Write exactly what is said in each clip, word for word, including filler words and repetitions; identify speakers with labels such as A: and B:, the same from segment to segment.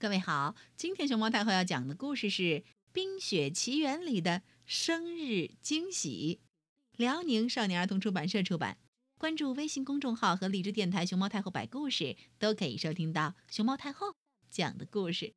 A: 各位好，今天熊猫太后要讲的故事是《冰雪奇缘》里的生日惊喜，辽宁少年儿童出版社出版。关注微信公众号和荔枝电台熊猫太后摆故事，都可以收听到熊猫太后讲的故事。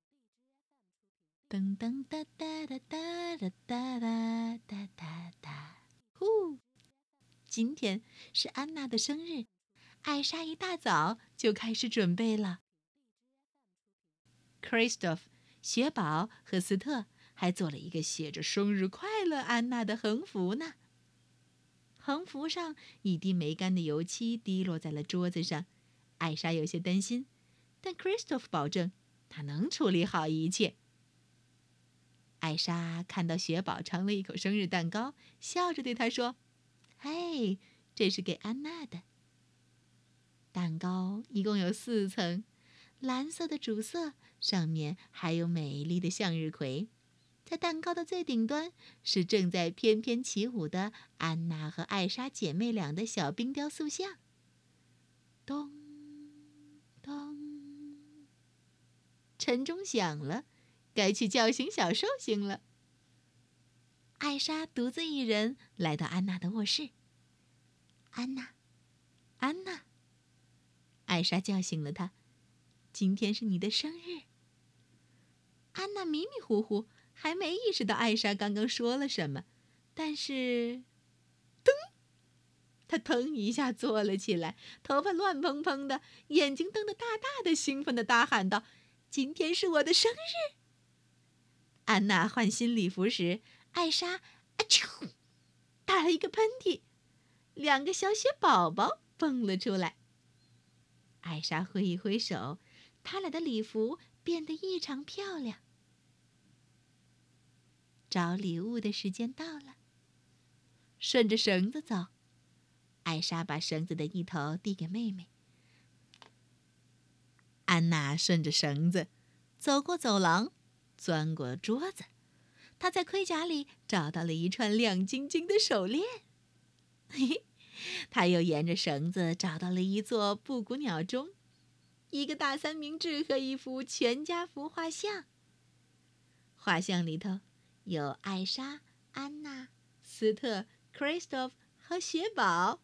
A: 噔噔哒哒哒哒哒哒哒哒哒哒，呼！今天是安娜的生日，艾莎一大早就开始准备了。Christoph、雪宝和斯特还做了一个写着"生日快乐，安娜"的横幅呢。横幅上一滴没干的油漆滴落在了桌子上，艾莎有些担心，但 Christoph 保证他能处理好一切。艾莎看到雪宝尝了一口生日蛋糕，笑着对他说："嘿，这是给安娜的。"蛋糕一共有四层，蓝色的主色上面还有美丽的向日葵，在蛋糕的最顶端是正在翩翩起舞的安娜和艾莎姐妹俩的小冰雕塑像。咚咚，晨钟响了，该去叫醒小寿星了。艾莎独自一人来到安娜的卧室。安娜，安娜，艾莎叫醒了她。今天是你的生日。安娜迷迷糊糊，还没意识到艾莎刚刚说了什么，但是，噔，她腾一下坐了起来，头发乱蓬蓬的，眼睛瞪得大大的，兴奋地大喊道："今天是我的生日！"安娜换新礼服时，艾莎啊啾打了一个喷嚏，两个小雪宝宝蹦了出来。艾莎挥一挥手，他俩的礼服变得异常漂亮。找礼物的时间到了，顺着绳子走。艾莎把绳子的一头递给妹妹，安娜顺着绳子走过走廊，钻过桌子。她在盔甲里找到了一串亮晶晶的手链。嘿嘿，她又沿着绳子找到了一座布谷鸟钟，一个大三明治和一幅全家福画像。画像里头有艾莎、安娜、斯特、Christoph 和雪宝。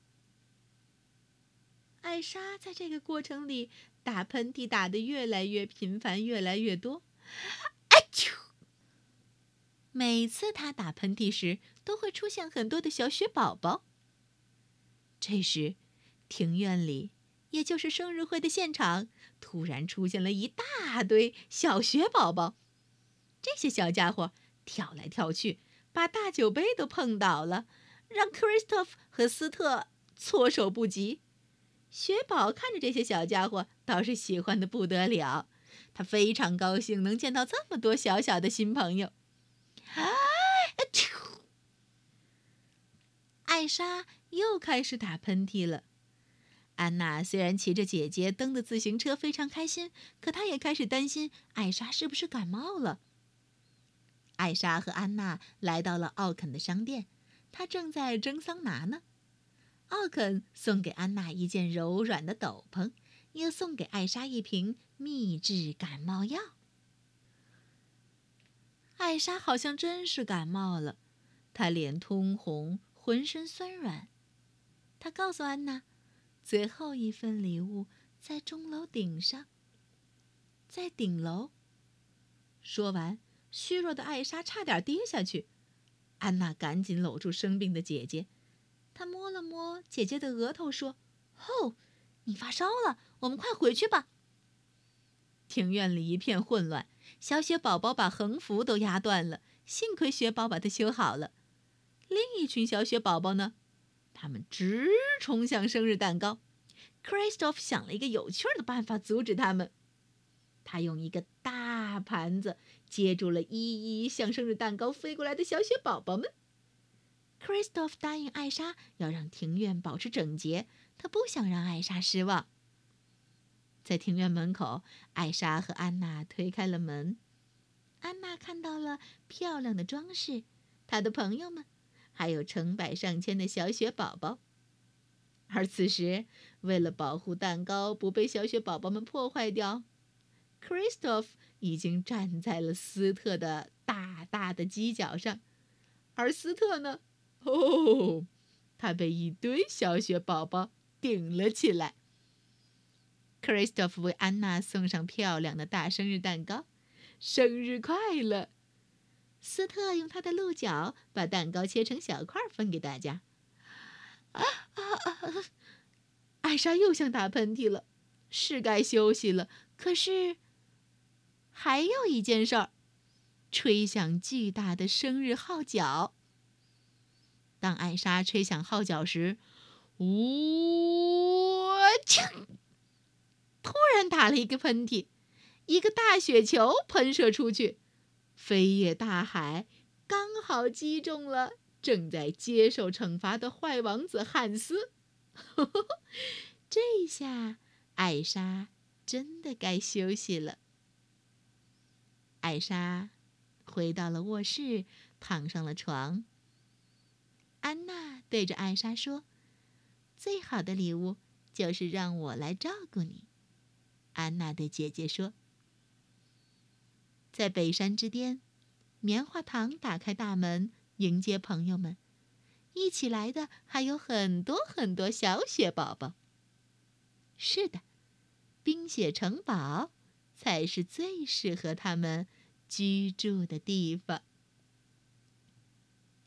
A: 艾莎在这个过程里打喷嚏打得越来越频繁，越来越多。哎啾！每次她打喷嚏时，都会出现很多的小雪宝宝。这时，庭院里，也就是生日会的现场，突然出现了一大堆小雪宝宝。这些小家伙跳来跳去，把大酒杯都碰倒了，让 Christoph 和斯特措手不及。雪宝看着这些小家伙，倒是喜欢得不得了，他非常高兴能见到这么多小小的新朋友。艾莎又开始打喷嚏了。安娜虽然骑着姐姐蹬的自行车非常开心，可她也开始担心艾莎是不是感冒了。艾莎和安娜来到了奥肯的商店，她正在蒸桑拿呢。奥肯送给安娜一件柔软的斗篷，又送给艾莎一瓶秘制感冒药。艾莎好像真是感冒了，她脸通红，浑身酸软。她告诉安娜，最后一份礼物在钟楼顶上，在顶楼。说完，虚弱的艾莎差点跌下去。安娜赶紧搂住生病的姐姐，她摸了摸姐姐的额头，说："哦，你发烧了，我们快回去吧。"庭院里一片混乱，小雪宝宝把横幅都压断了，幸亏雪宝把它修好了。另一群小雪宝宝呢？他们直冲向生日蛋糕。Christoph 想了一个有趣的办法阻止他们。他用一个大盘子接住了一一向生日蛋糕飞过来的小雪宝宝们。Christoph 答应艾莎要让庭院保持整洁，他不想让艾莎失望。在庭院门口，艾莎和安娜推开了门。安娜看到了漂亮的装饰，她的朋友们，还有成百上千的小雪宝宝。而此时，为了保护蛋糕不被小雪宝宝们破坏掉， Christophe 已经站在了斯特的大大的犄角上，而斯特呢，哦，他被一堆小雪宝宝顶了起来。Christophe 为安娜送上漂亮的大生日蛋糕，生日快乐！斯特用他的鹿角把蛋糕切成小块分给大家。啊啊啊！艾莎又想打喷嚏了，是该休息了。可是还有一件事儿，吹响巨大的生日号角。当艾莎吹响号角时，呜呛！突然打了一个喷嚏，一个大雪球喷射出去，飞越大海，刚好击中了正在接受惩罚的坏王子汉斯。这下艾莎真的该休息了。艾莎回到了卧室，躺上了床。安娜对着艾莎说：“最好的礼物就是让我来照顾你。”安娜对姐姐说。在北山之巅，棉花糖打开大门迎接朋友们，一起来的还有很多很多小雪宝宝。是的，冰雪城堡才是最适合他们居住的地方。